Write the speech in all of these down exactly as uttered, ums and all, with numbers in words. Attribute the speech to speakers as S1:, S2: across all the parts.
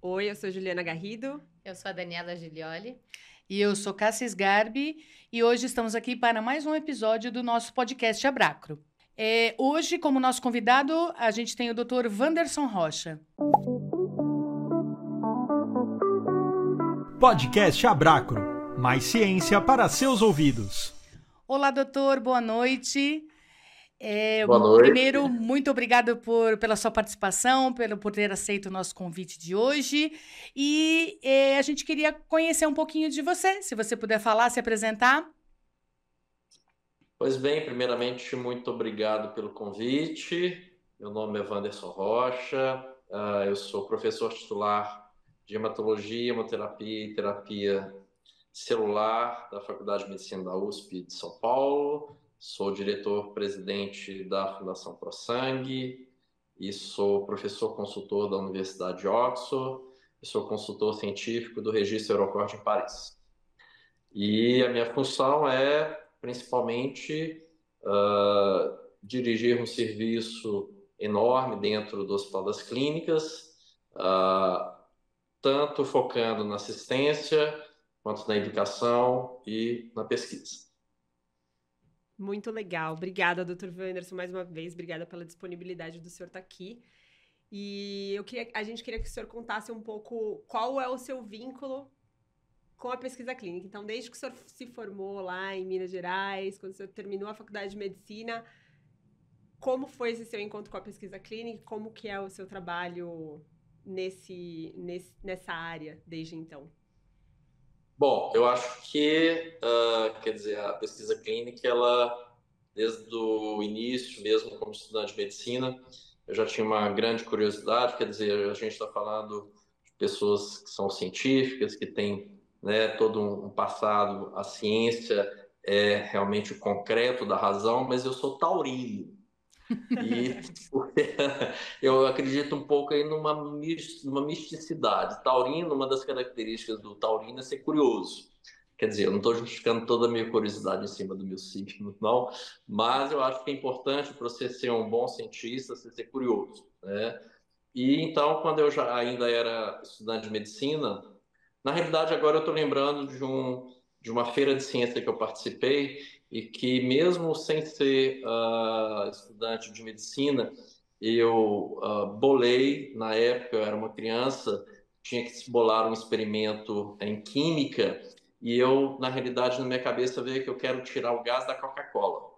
S1: Oi, eu sou Juliana Garrido.
S2: Eu sou a Daniela Giglioli.
S3: E eu sou Cássia Sgarbi e hoje estamos aqui para mais um episódio do nosso podcast Abracro. É, hoje, como nosso convidado, a gente tem o doutor Wanderson Rocha.
S4: Podcast Abracro, mais ciência para seus ouvidos.
S3: Olá, doutor, boa noite. É,
S5: Boa noite.
S3: Primeiro, muito obrigado por, pela sua participação, pelo, por ter aceito o nosso convite de hoje. E é, a gente queria conhecer um pouquinho de você, se você puder falar, se apresentar.
S5: Pois bem, primeiramente, muito obrigado pelo convite. Meu nome é Wanderson Rocha, uh, eu sou professor titular de hematologia, hemoterapia e terapia celular da Faculdade de Medicina da U S P de São Paulo. Sou diretor-presidente da Fundação ProSangue e sou professor consultor da Universidade de Oxford e sou consultor científico do Registro Aeroporto em Paris. E a minha função é, principalmente, uh, dirigir um serviço enorme dentro do Hospital das Clínicas, uh, tanto focando na assistência, quanto na educação e na pesquisa.
S1: Muito legal. Obrigada, doutor Wanderson, mais uma vez. Obrigada pela disponibilidade do senhor estar aqui. E eu queria, a gente queria que o senhor contasse um pouco qual é o seu vínculo com a pesquisa clínica. Então, desde que o senhor se formou lá em Minas Gerais, quando o senhor terminou a faculdade de medicina, como foi esse seu encontro com a pesquisa clínica? Como que é o seu trabalho nesse, nesse, nessa área desde então?
S5: Bom, eu acho que, uh, quer dizer, a pesquisa clínica, ela, desde o início, mesmo como estudante de medicina, eu já tinha uma grande curiosidade, quer dizer, a gente está falando de pessoas que são científicas, que têm, né, todo um passado, a ciência é realmente o concreto da razão, mas eu sou taurino. E eu acredito um pouco aí numa, numa misticidade. Taurino, uma das características do taurino é ser curioso. Quer dizer, eu não estou justificando toda a minha curiosidade em cima do meu signo, não, mas eu acho que é importante para você ser um bom cientista, você ser curioso, né? E então, quando eu já ainda era estudante de medicina, na realidade agora eu estou lembrando de, um, de uma feira de ciência que eu participei e que mesmo sem ser uh, estudante de medicina, eu uh, bolei, na época eu era uma criança, tinha que se bolar um experimento em química e eu, na realidade, na minha cabeça veio que eu quero tirar o gás da Coca-Cola.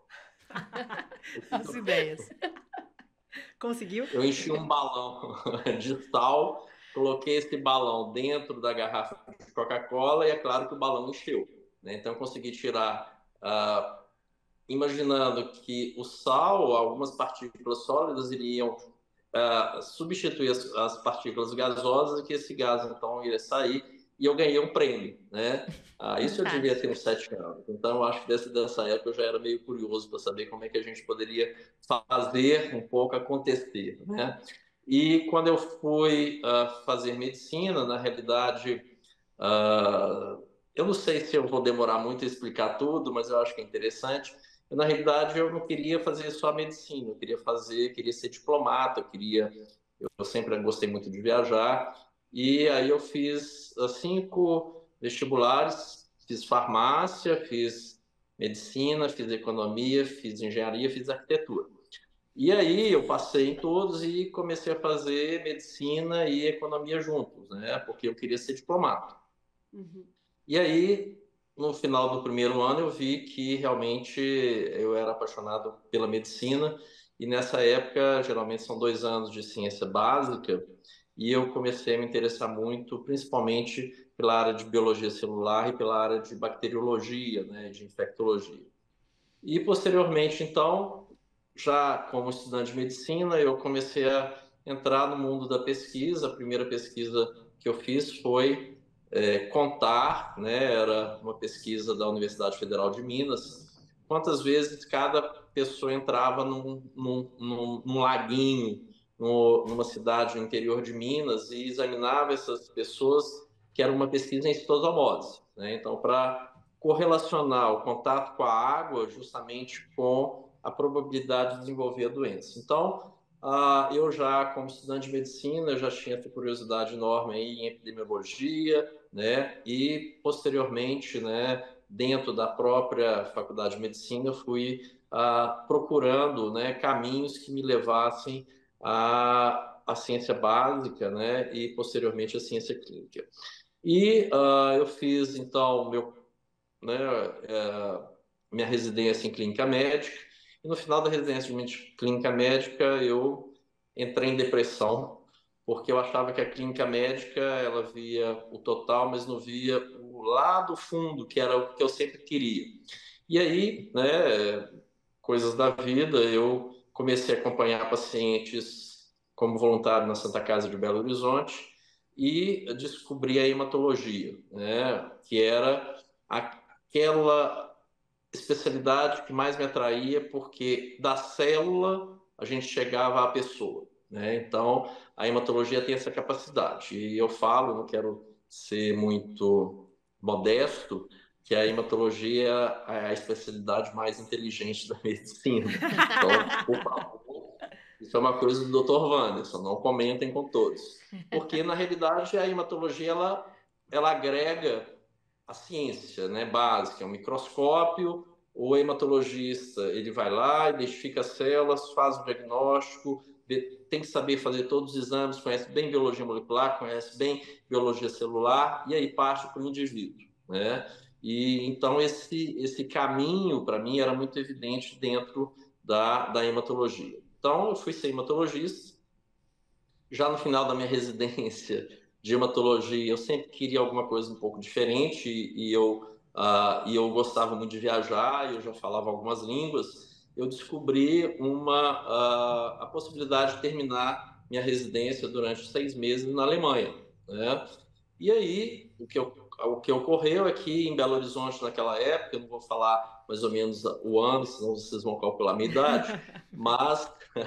S3: As ideias.
S1: Conseguiu?
S5: Eu enchi um balão de sal, coloquei esse balão dentro da garrafa de Coca-Cola e é claro que o balão encheu, né? Então eu consegui tirar, uh, imaginando que o sal, algumas partículas sólidas iriam uh, substituir as, as partículas gasosas e que esse gás então iria sair e eu ganhei um prêmio, né? Uh, isso eu devia ter uns sete anos. Então eu acho que dessa, dessa época eu já era meio curioso para saber como é que a gente poderia fazer um pouco acontecer, né? E quando eu fui uh, fazer medicina, na realidade, uh, eu não sei se eu vou demorar muito a explicar tudo, mas eu acho que é interessante. Eu, na realidade, eu não queria fazer só medicina, eu queria fazer, queria ser diplomata, eu queria, eu sempre gostei muito de viajar, e aí eu fiz uh, cinco vestibulares, fiz farmácia, fiz medicina, fiz economia, fiz engenharia, fiz arquitetura. E aí eu passei em todos e comecei a fazer medicina e economia juntos, né? Porque eu queria ser diplomata.
S1: Uhum.
S5: E aí, no final do primeiro ano, eu vi que realmente eu era apaixonado pela medicina. E nessa época, geralmente são dois anos de ciência básica, e eu comecei a me interessar muito, principalmente pela área de biologia celular e pela área de bacteriologia, né? De infectologia. E posteriormente, então, já como estudante de medicina, eu comecei a entrar no mundo da pesquisa. A primeira pesquisa que eu fiz foi é, contar, né, era uma pesquisa da Universidade Federal de Minas, quantas vezes cada pessoa entrava num, num, num, num laguinho, no, numa cidade no interior de Minas e examinava essas pessoas, que era uma pesquisa em citosomose, né? Então, para correlacionar o contato com a água justamente com a probabilidade de desenvolver a doença. Então, ah, eu já, como estudante de medicina, eu já tinha essa curiosidade enorme aí em epidemiologia, né? E, posteriormente, né, dentro da própria faculdade de medicina, eu fui ah, procurando, né, caminhos que me levassem à, à ciência básica, né? E, posteriormente, à ciência clínica. E ah, eu fiz, então, meu, né, eh, minha residência em clínica médica. E no final da residência de clínica médica, eu entrei em depressão, porque eu achava que a clínica médica ela via o total, mas não via o lado fundo, que era o que eu sempre queria. E aí, né, coisas da vida, eu comecei a acompanhar pacientes como voluntário na Santa Casa de Belo Horizonte e descobri a hematologia, né, que era aquela especialidade que mais me atraía, porque da célula a gente chegava à pessoa, né? Então, a hematologia tem essa capacidade. E eu falo, não quero ser muito modesto, que a hematologia é a especialidade mais inteligente da medicina. Então, por favor, isso é uma coisa do doutor Wanderson, não comentem com todos. Porque, na realidade, a hematologia, ela, ela agrega a ciência, né, básica, é um microscópio. O hematologista, ele vai lá, identifica as células, faz o diagnóstico, tem que saber fazer todos os exames, conhece bem biologia molecular, conhece bem biologia celular, e aí parte para o indivíduo, né? E então esse, esse caminho, para mim, era muito evidente dentro da, da hematologia. Então, eu fui ser hematologista. Já no final da minha residência de hematologia, eu sempre queria alguma coisa um pouco diferente e, e eu, uh, e eu gostava muito de viajar, eu já falava algumas línguas. Eu descobri uma, uh, a possibilidade de terminar minha residência durante seis meses na Alemanha, né? E aí, o que, eu, o que ocorreu é que em Belo Horizonte, naquela época, eu não vou falar mais ou menos o ano, senão vocês vão calcular a minha idade, mas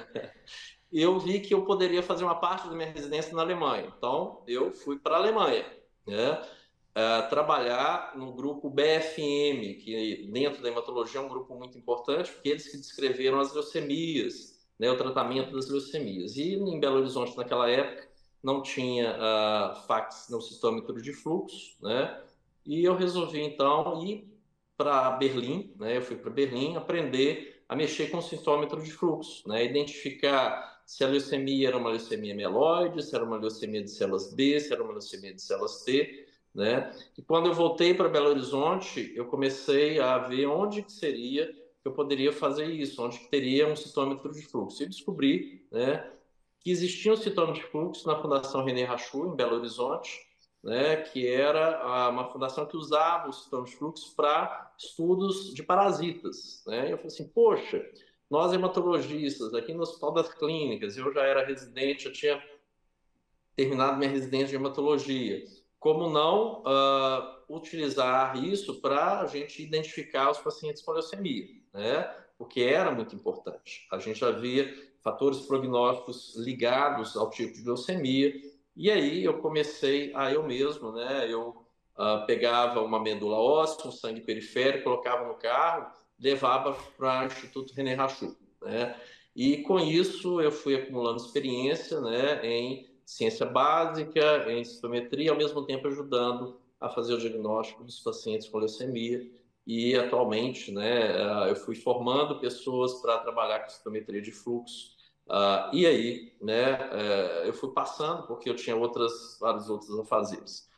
S5: eu vi que eu poderia fazer uma parte da minha residência na Alemanha. Então, eu fui para a Alemanha, né? Uh, trabalhar no grupo B F M, que dentro da hematologia é um grupo muito importante, porque eles que descreveram as leucemias, né, o tratamento das leucemias. E em Belo Horizonte, naquela época, não tinha uh, fax no citômetro de fluxo, né? E eu resolvi, então, ir para Berlim, né? Eu fui para Berlim aprender a mexer com o citômetro de fluxo, né? Identificar se a leucemia era uma leucemia mieloide, se era uma leucemia de células B, se era uma leucemia de células T, né? E quando eu voltei para Belo Horizonte, eu comecei a ver onde que seria que eu poderia fazer isso, onde que teria um citômetro de fluxo. E descobri, né, que existia um citômetro de fluxo na Fundação René Rachou, em Belo Horizonte, né, que era uma fundação que usava o citômetro de fluxo para estudos de parasitas, né? E eu falei assim, poxa, nós hematologistas, aqui no Hospital das Clínicas, eu já era residente, eu tinha terminado minha residência de hematologia, como não uh, utilizar isso para a gente identificar os pacientes com leucemia, né? Porque era muito importante. A gente já via fatores prognósticos ligados ao tipo de leucemia, e aí eu comecei a eu mesmo, né? Eu uh, pegava uma medula óssea, um sangue periférico, colocava no carro, levava para o Instituto René Rachou, né? E com isso eu fui acumulando experiência, né, em ciência básica, em citometria, ao mesmo tempo ajudando a fazer o diagnóstico dos pacientes com leucemia. E atualmente, né, eu fui formando pessoas para trabalhar com citometria de fluxo. Uh, e aí, né, uh, eu fui passando, porque eu tinha outras, vários outros afazeres.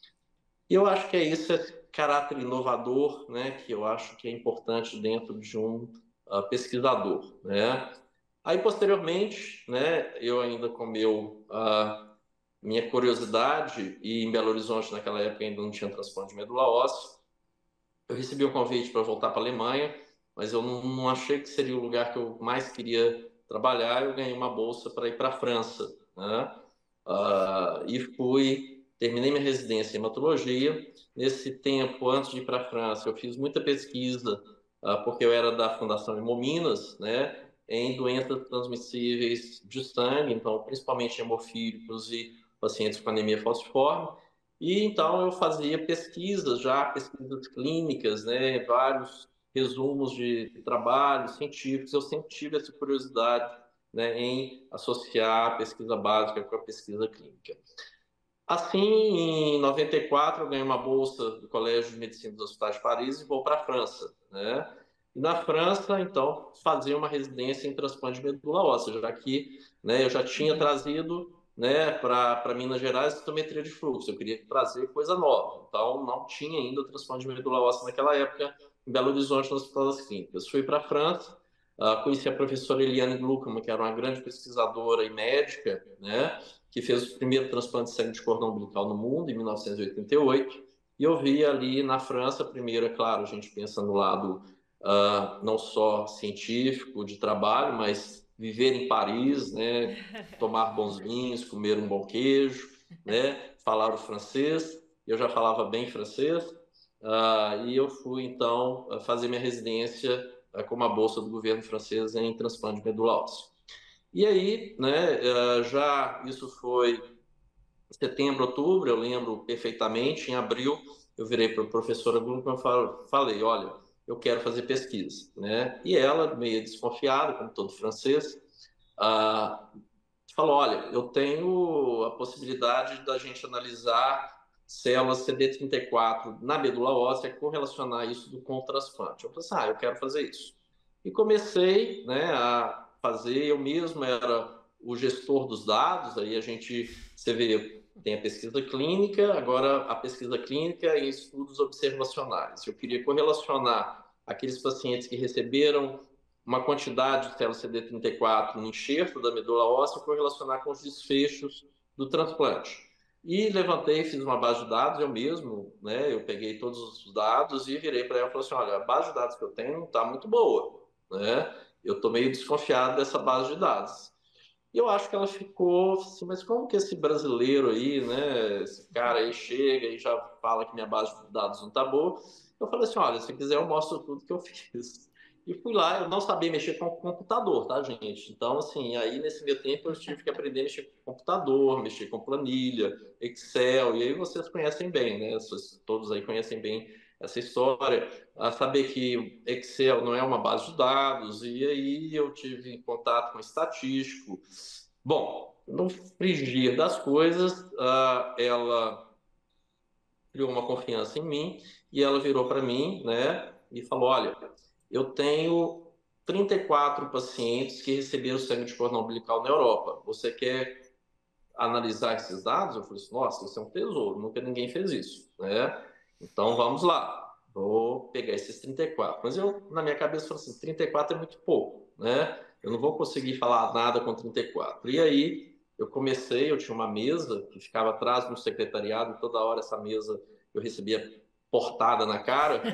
S5: E eu acho que é isso, esse caráter inovador, né, que eu acho que é importante dentro de um uh, pesquisador, né? Aí, posteriormente, né, eu ainda com meu, uh, minha curiosidade, e em Belo Horizonte, naquela época, ainda não tinha transplante de medula óssea, eu recebi um convite para voltar para a Alemanha, mas eu não, não achei que seria o lugar que eu mais queria trabalhar. Eu ganhei uma bolsa para ir para a França, né? Uh, e fui, terminei minha residência em hematologia. Nesse tempo, antes de ir para a França, eu fiz muita pesquisa, uh, porque eu era da Fundação Hemominas, né, em doenças transmissíveis de sangue, então principalmente hemofílicos e pacientes com anemia falciforme. E então eu fazia pesquisas, já pesquisas clínicas, né, vários resumos de trabalhos científicos. Eu sempre tive essa curiosidade né, em associar a pesquisa básica com a pesquisa clínica. Assim, em noventa e quatro, eu ganhei uma bolsa do Colégio de Medicina dos Hospitais de Paris e vou para a França, né? E na França, então, fazia uma residência em transplante de medula óssea, já que, né, eu já tinha trazido, né, para Minas Gerais citometria de fluxo. Eu queria trazer coisa nova. Então, não tinha ainda transplante de medula óssea naquela época em Belo Horizonte, no Hospital das Clínicas. Fui para a França, uh, conheci a professora Eliane Gluckman, que era uma grande pesquisadora e médica, né, que fez o primeiro transplante de sangue de cordão umbilical no mundo, em mil novecentos e oitenta e oito. E eu vi ali na França, primeiro, é claro, a gente pensa no lado uh, não só científico, de trabalho, mas viver em Paris, né, tomar bons vinhos, comer um bom queijo, né, falar o francês. Eu já falava bem francês. Uh, e eu fui, então, fazer minha residência uh, com uma bolsa do governo francês em transplante de medula óssea. E aí, né, uh, já isso foi setembro, outubro, eu lembro perfeitamente. Em abril, eu virei para a professora Gluckman e falei, olha, eu quero fazer pesquisa, né? E ela, meio desconfiada, como todo francês, uh, falou, olha, eu tenho a possibilidade da gente analisar células C D trinta e quatro na medula óssea, correlacionar isso com o transplante. Eu falei assim, ah, eu quero fazer isso. E comecei, né, a fazer, eu mesmo era o gestor dos dados, aí a gente, você vê, tem a pesquisa clínica, agora a pesquisa clínica em estudos observacionais. Eu queria correlacionar aqueles pacientes que receberam uma quantidade de células C D trinta e quatro no enxerto da medula óssea, correlacionar com os desfechos do transplante. E levantei, fiz uma base de dados, eu mesmo, né, eu peguei todos os dados e virei para ela e falei assim, olha, a base de dados que eu tenho não está muito boa, né? Eu estou meio desconfiado dessa base de dados. E eu acho que ela ficou assim, mas como que esse brasileiro aí, né, esse cara aí chega e já fala que minha base de dados não está boa? Eu falei assim, olha, se quiser eu mostro tudo que eu fiz. E fui lá, eu não sabia mexer com o computador, tá, gente? Então, assim, aí nesse meu tempo eu tive que aprender a mexer com computador, mexer com planilha, Excel, e aí vocês conhecem bem, né? Vocês, todos aí conhecem bem essa história, a saber que Excel não é uma base de dados, e aí eu tive contato com estatístico. Bom, no frigir das coisas, uh, ela criou uma confiança em mim, e ela virou para mim, né, e falou, olha, eu tenho trinta e quatro pacientes que receberam sangue de cordão umbilical na Europa. Você quer analisar esses dados? Eu falei assim, nossa, isso é um tesouro, nunca ninguém fez isso, né? Então, vamos lá, vou pegar esses trinta e quatro. Mas eu, na minha cabeça, falei assim, trinta e quatro é muito pouco, né? Eu não vou conseguir falar nada com trinta e quatro. E aí, eu comecei, eu tinha uma mesa que ficava atrás no secretariado, e toda hora essa mesa eu recebia portada na cara.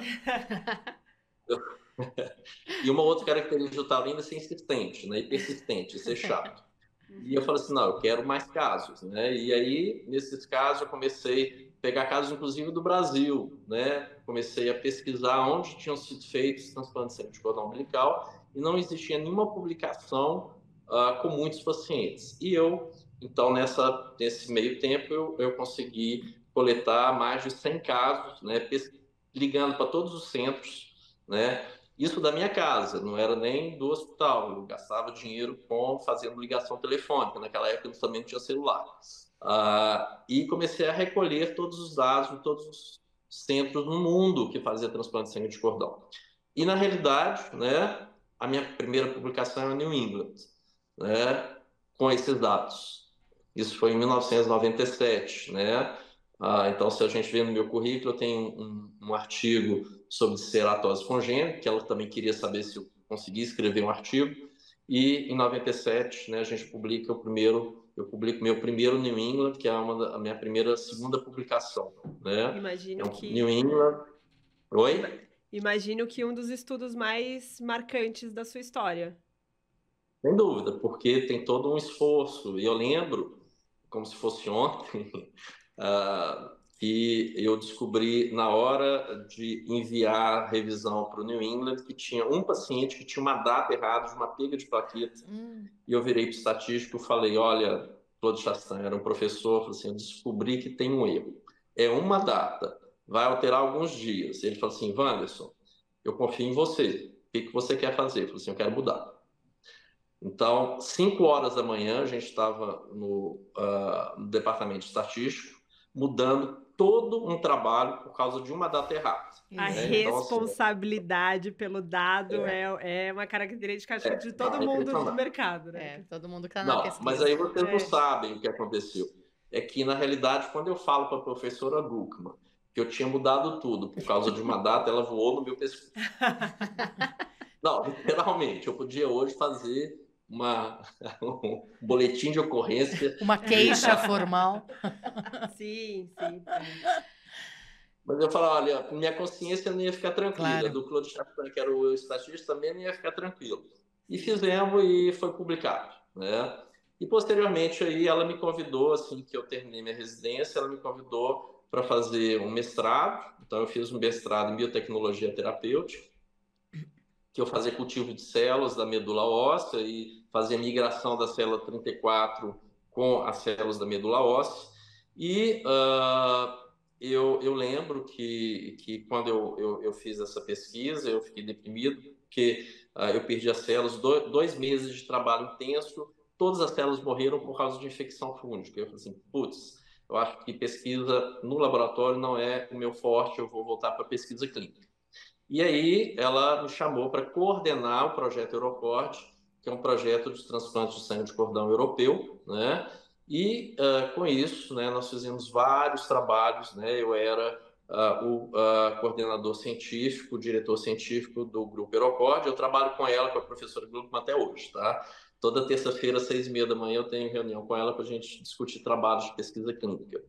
S5: eu... E uma outra característica do taurino é ser insistente, né? E persistente, ser chato. E eu falei assim, não, eu quero mais casos, né? E aí, nesses casos, eu comecei a pegar casos, inclusive, do Brasil, né? Comecei a pesquisar onde tinham sido feitos transplantes de cordão umbilical e não existia nenhuma publicação uh, com muitos pacientes. E eu, então, nessa, nesse meio tempo, eu, eu consegui coletar mais de cem casos, né? Ligando para todos os centros, né? Isso da minha casa, não era nem do hospital. Eu gastava dinheiro com fazendo ligação telefônica. Naquela época eu também não tinha celular. Uh, e comecei a recolher todos os dados de todos os centros no mundo que faziam transplante de sangue de cordão. E, na realidade, né, a minha primeira publicação é no New England, né, com esses dados. Isso foi em mil novecentos e noventa e sete, né? Uh, então, se a gente vê no meu currículo, eu tenho um, um artigo sobre ceratose congênita, que ela também queria saber se eu conseguia escrever um artigo, e em noventa e sete, né, a gente publica o primeiro, eu publico meu primeiro New England, que é uma, a minha primeira, segunda publicação, né?
S1: Imagino
S5: é um
S1: que...
S5: New England... Oi?
S1: Imagino que um dos estudos mais marcantes da sua história.
S5: Sem dúvida, porque tem todo um esforço, e eu lembro, como se fosse ontem, uh, que eu descobri na hora de enviar a revisão para o New England que tinha um paciente que tinha uma data errada de uma pega de plaqueta. Hum. E eu virei para o estatístico e falei, olha, Claude Chastain era um professor, falei assim, eu descobri que tem um erro. É uma data, vai alterar alguns dias. Ele falou assim, Wanderson, eu confio em você. O que, que você quer fazer? Eu falei assim, eu quero mudar. Então, cinco horas da manhã, a gente estava no, uh, no departamento estatístico, mudando todo um trabalho por causa de uma data errada.
S1: A
S5: né?
S1: responsabilidade então, assim, pelo dado
S5: é,
S1: é, é uma característica, acho,
S5: é,
S1: de todo
S5: é
S1: mundo do mercado, né?
S2: É, todo mundo que tá na
S5: não,
S2: pesquisa.
S5: mas aí vocês
S1: É.
S5: não sabem o que aconteceu. É que, na realidade, quando eu falo para a professora Gluckman que eu tinha mudado tudo por causa de uma data, ela voou no meu pescoço. Não, literalmente, eu podia hoje fazer uma, um boletim de ocorrência.
S3: Uma queixa formal.
S1: Sim, sim.
S5: Mas eu falo, olha, minha consciência não ia ficar tranquila.
S3: Claro.
S5: Do Claude Chapin, que era o estatístico, também não ia ficar tranquilo. E fizemos e foi publicado, né? E posteriormente aí ela me convidou, assim que eu terminei minha residência, ela me convidou para fazer um mestrado. Então eu fiz um mestrado em biotecnologia terapêutica, que eu fazia cultivo de células da medula óssea e fazia migração da célula trinta e quatro com as células da medula óssea. E uh, eu, eu lembro que, que quando eu, eu, eu fiz essa pesquisa, eu fiquei deprimido, porque uh, eu perdi as células, dois, dois meses de trabalho intenso, todas as células morreram por causa de infecção fúngica. Eu falei assim, putz, eu acho que pesquisa no laboratório não é o meu forte, eu vou voltar para pesquisa clínica. E aí ela me chamou para coordenar o projeto Eurocord, que é um projeto de transplante de sangue de cordão europeu, né? E uh, com isso, né, nós fizemos vários trabalhos, né? Eu era uh, o uh, coordenador científico, o diretor científico do grupo Eurocord. Eu trabalho com ela, com a professora Gluckman até hoje, tá? Toda terça-feira, seis e meia da manhã, eu tenho reunião com ela para a gente discutir trabalhos de pesquisa clínica.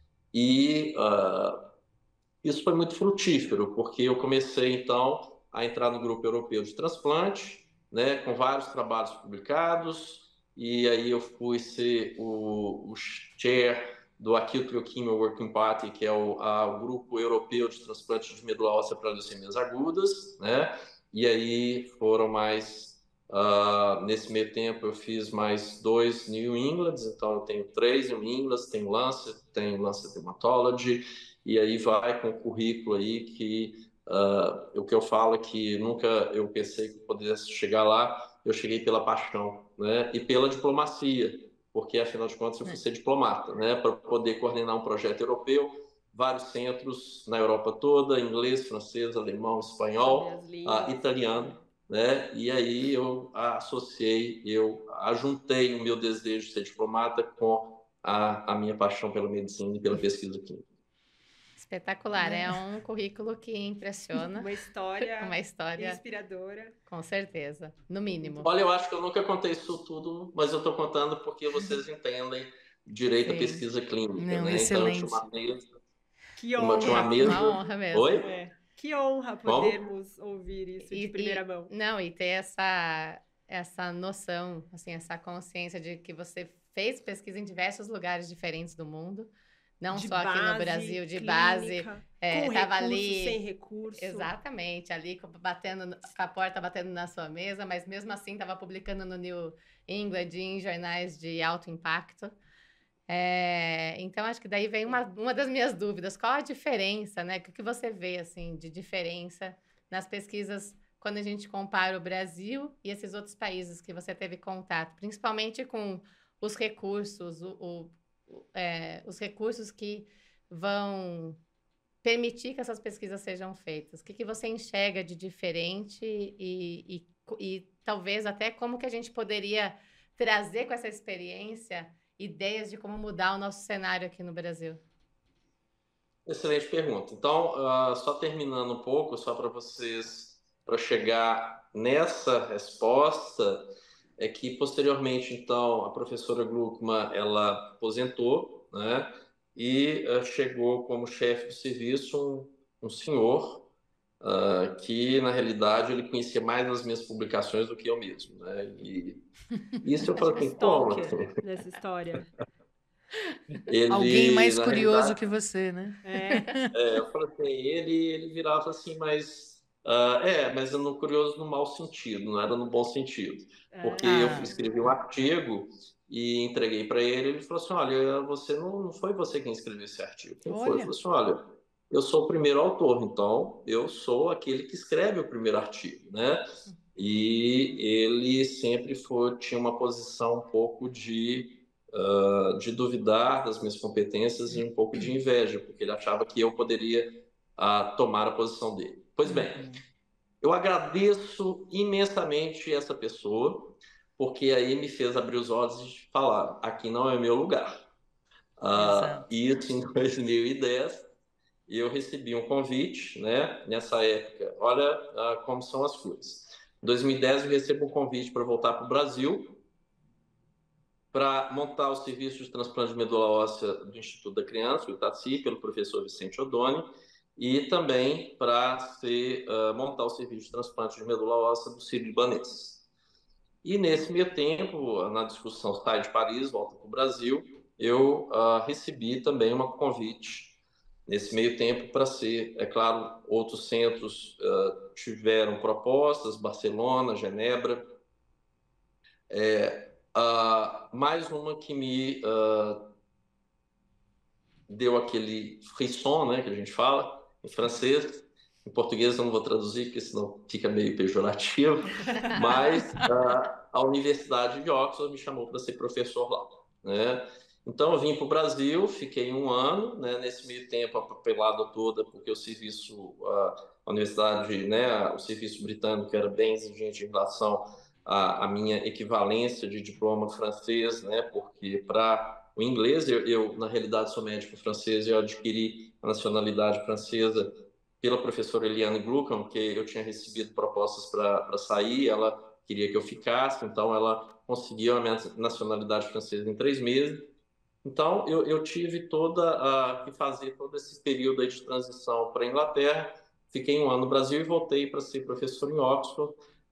S5: E uh, isso foi muito frutífero, porque eu comecei, então, a entrar no grupo europeu de transplante, né, com vários trabalhos publicados, e aí eu fui ser o, o chair do Acute Leukemia Working Party, que é o, a, o grupo europeu de transplante de medula óssea para leucemias agudas, né, e aí foram mais... Uh, nesse meio tempo eu fiz mais dois New Englands, então eu tenho três New Englands, tenho Lancet, tenho Lancet Hematology, e aí vai com o currículo aí que uh, o que eu falo é que nunca eu pensei que eu pudesse chegar lá, eu cheguei pela paixão, né? E pela diplomacia, porque afinal de contas eu fui ser diplomata, né? Para poder coordenar um projeto europeu, vários centros na Europa toda, inglês, francês, alemão, espanhol, uh, italiano, né? E aí eu associei, eu ajuntei o meu desejo de ser diplomata com a, a minha paixão pela medicina e pela pesquisa clínica.
S2: Espetacular, é um currículo que impressiona.
S1: Uma história,
S2: uma história
S1: inspiradora.
S2: Com certeza, no mínimo.
S5: Olha, eu acho que eu nunca contei isso tudo, mas eu estou contando porque vocês entendem direito à pesquisa clínica,
S3: Não,
S5: né?
S3: excelente.
S5: Então, eu tinha uma mesa.
S1: Que honra.
S5: Tinha uma mesa.
S2: Uma honra mesmo.
S5: Oi?
S1: É. Que honra podermos Como? ouvir isso
S2: e,
S1: de primeira
S2: e,
S1: mão.
S2: Não, e ter essa, essa noção, assim, essa consciência de que você fez pesquisa em diversos lugares diferentes do mundo, não
S1: de
S2: só aqui
S1: base,
S2: no Brasil, de
S1: clínica,
S2: base. É,
S1: com
S2: tava
S1: recurso,
S2: ali,
S1: sem recurso.
S2: Exatamente, ali batendo, com a porta batendo na sua mesa, mas mesmo assim estava publicando no New England, em jornais de alto impacto. É, então, acho que daí vem uma, uma das minhas dúvidas. Qual a diferença, né? O que você vê, assim, de diferença nas pesquisas quando a gente compara o Brasil e esses outros países que você teve contato? Principalmente com os recursos, o, o, o, é, os recursos que vão permitir que essas pesquisas sejam feitas. O que, que você enxerga de diferente e, e, e talvez até como que a gente poderia trazer com essa experiência ideias de como mudar o nosso cenário aqui no Brasil?
S5: Excelente pergunta. Então, uh, só terminando um pouco, só para vocês, para chegar nessa resposta, é que posteriormente, então, a professora Gluckman, ela aposentou, né? E uh, chegou como chefe do serviço um, um senhor uh, que, na realidade, ele conhecia mais as minhas publicações do que eu mesmo, né? E isso eu falei assim, como?
S1: Nessa história.
S5: Ele,
S3: Alguém mais curioso que você, né?
S1: É.
S5: É, eu falei assim, ele, ele virava assim, mas... Uh, é, mas no curioso no mau sentido, não era no bom sentido. Porque ah. eu escrevi um artigo e entreguei para ele, ele falou assim, olha, você não, não foi você quem escreveu esse artigo. Quem olha. foi? Ele falou assim, olha, eu sou o primeiro autor, então eu sou aquele que escreve o primeiro artigo, né? e ele sempre foi, tinha uma posição um pouco de, uh, de duvidar das minhas competências e um pouco de inveja, porque ele achava que eu poderia uh, tomar a posição dele. Pois bem, eu agradeço imensamente essa pessoa, porque aí me fez abrir os olhos e falar, aqui não é meu lugar. Uh, isso em dois mil e dez, eu recebi um convite, né? Nessa época, olha uh, como são as coisas. Em dois mil e dez, eu recebo um convite para voltar para o Brasil, para montar o serviço de transplante de medula óssea do Instituto da Criança, o Itaci, pelo professor Vicente Odoni, e também para uh, montar o serviço de transplante de medula óssea do Sírio-Libanês. E nesse meio tempo, na discussão sai de Paris, volta para o Brasil, eu uh, recebi também um convite nesse meio tempo para ser, é claro, outros centros uh, tiveram propostas, Barcelona, Genebra, é, uh, mais uma que me uh, deu aquele frisson, né, que a gente fala em francês. Em português eu não vou traduzir, porque senão fica meio pejorativo, mas uh, a Universidade de Oxford me chamou para ser professor lá, né? Então eu vim para o Brasil, fiquei um ano, né, nesse meio tempo a papelada toda, porque o serviço, a, a universidade, né, o serviço britânico era bem exigente em relação à, à minha equivalência de diploma francês, né, porque para o inglês, eu, eu na realidade sou médico francês e eu adquiri a nacionalidade francesa pela professora Eliane Gluckman, que eu tinha recebido propostas para sair, ela queria que eu ficasse, então ela conseguiu a minha nacionalidade francesa em três meses. Então, eu, eu tive toda a, que fazer todo esse período aí de transição para a Inglaterra. Fiquei um ano no Brasil e voltei para ser professor em Oxford.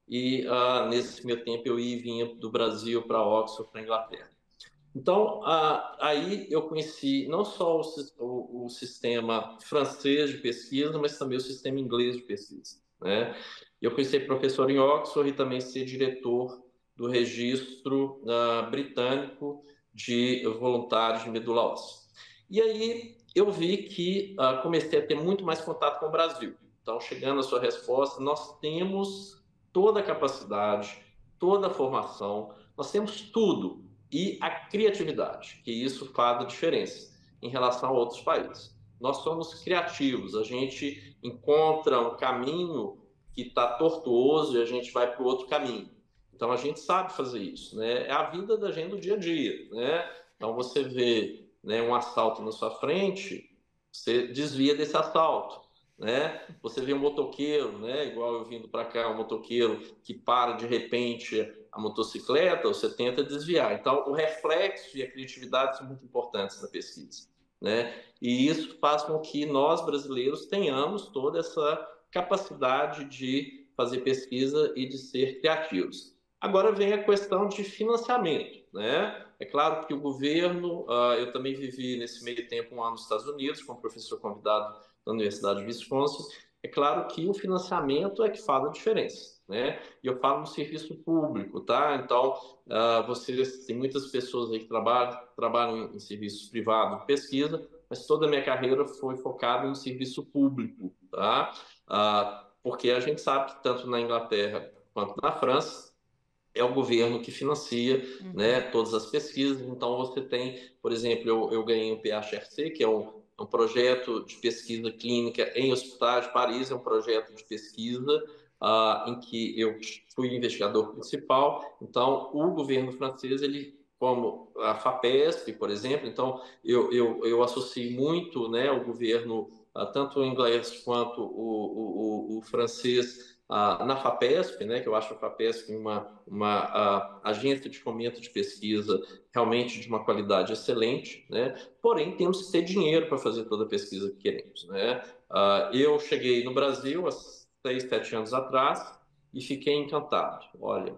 S5: E uh, nesse meu tempo eu ia e vinha do Brasil para Oxford, para a Inglaterra. Então, uh, aí eu conheci não só o, o, o sistema francês de pesquisa, mas também o sistema inglês de pesquisa, né? Eu conheci professor em Oxford e também ser diretor do registro uh, britânico de voluntários de medula óssea. E aí eu vi que uh, comecei a ter muito mais contato com o Brasil. Então, chegando à sua resposta, nós temos toda a capacidade, toda a formação, nós temos tudo. E a criatividade, que isso faz a diferença em relação a outros países. Nós somos criativos, a gente encontra um caminho que está tortuoso e a gente vai para o outro caminho. Então, a gente sabe fazer isso, né? É a vida da gente do dia a dia, né? Então, você vê, né, um assalto na sua frente, você desvia desse assalto, né? Você vê um motoqueiro, né, igual eu vindo para cá, um motoqueiro que para de repente a motocicleta, você tenta desviar. Então, o reflexo e a criatividade são muito importantes na pesquisa, né? E isso faz com que nós, brasileiros, tenhamos toda essa capacidade de fazer pesquisa e de ser criativos. Agora vem a questão de financiamento, né? É claro que o governo, uh, eu também vivi nesse meio tempo um ano nos Estados Unidos, como professor convidado da Universidade de Wisconsin. É claro que o financiamento é que faz a diferença, né? E eu falo no serviço público, tá? Então, uh, vocês, tem muitas pessoas aí que trabalham, trabalham em, em serviços privados de pesquisa, mas toda a minha carreira foi focada em serviço público, tá? Uh, porque a gente sabe que tanto na Inglaterra quanto na França, é o governo que financia, uhum, né, todas as pesquisas. Então, você tem, por exemplo, eu, eu ganhei o P H R C, que é um, um projeto de pesquisa clínica em hospitais de Paris, é um projeto de pesquisa uh, em que eu fui investigador principal. Então, o governo francês, ele, como a FAPESP, por exemplo, então, eu, eu, eu associo muito, né, o governo, uh, tanto o inglês quanto o, o, o, o francês, Uh, na FAPESP, né, que eu acho a FAPESP uma, uma uh, agência de fomento de pesquisa realmente de uma qualidade excelente, né? Porém, temos que ter dinheiro para fazer toda a pesquisa que queremos, né? Uh, eu cheguei no Brasil há seis, sete anos atrás e fiquei encantado. Olha,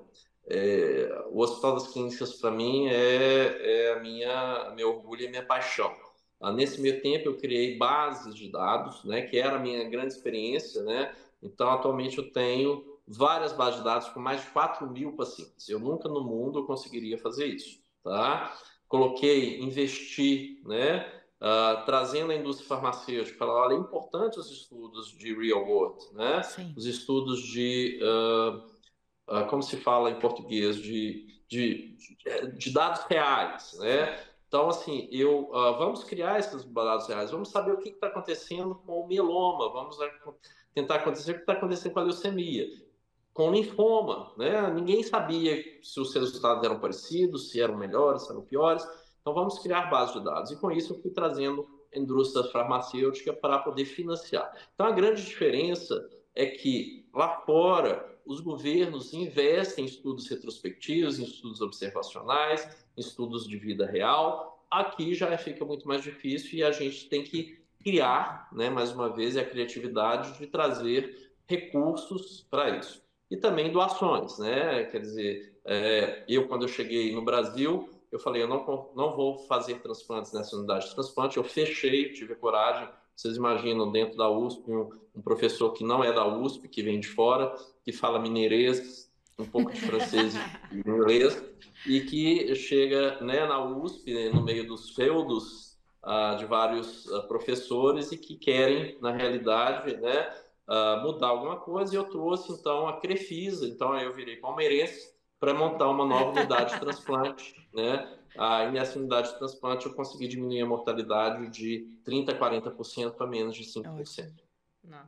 S5: é, o Hospital das Clínicas, para mim, é, é a minha, meu orgulho e minha paixão. Uh, nesse meio tempo, eu criei bases de dados, né, que era a minha grande experiência, né? Então, atualmente, eu tenho várias bases de dados com mais de quatro mil pacientes. Eu nunca no mundo conseguiria fazer isso, tá? Coloquei, investi, né? Uh, trazendo a indústria farmacêutica, falar, olha, é importante os estudos de real world, né? Sim. Os estudos de, uh, uh, como se fala em português, de, de, de dados reais, né? Então, assim, eu, uh, vamos criar esses dados reais, vamos saber o que está acontecendo com o mieloma, vamos tentar acontecer o que está acontecendo com a leucemia, com o linfoma, né? Ninguém sabia se os resultados eram parecidos, se eram melhores, se eram piores. Então, vamos criar bases de dados. E com isso, eu fui trazendo a indústria farmacêutica para poder financiar. Então, a grande diferença é que lá fora os governos investem em estudos retrospectivos, em estudos observacionais, em estudos de vida real. Aqui já fica muito mais difícil e a gente tem que criar, né, mais uma vez, a criatividade de trazer recursos para isso. E também doações, né? Quer dizer, é, eu, quando eu cheguei no Brasil, eu falei, eu não, não vou fazer transplantes nessa unidade de transplante, eu fechei, tive a coragem. Vocês imaginam, dentro da U S P, um, um professor que não é da U S P, que vem de fora, que fala mineirês, um pouco de francês e inglês, e que chega, né, na U S P, né, no meio dos feudos uh, de vários uh, professores e que querem, na realidade, né, uh, mudar alguma coisa. E eu trouxe, então, a Crefisa. Então, eu virei palmeirense para montar uma nova unidade de transplante, né? Ah, e nessa unidade de transplante eu consegui diminuir a mortalidade de trinta por cento a quarenta por cento para menos de cinco por cento.
S2: Nossa.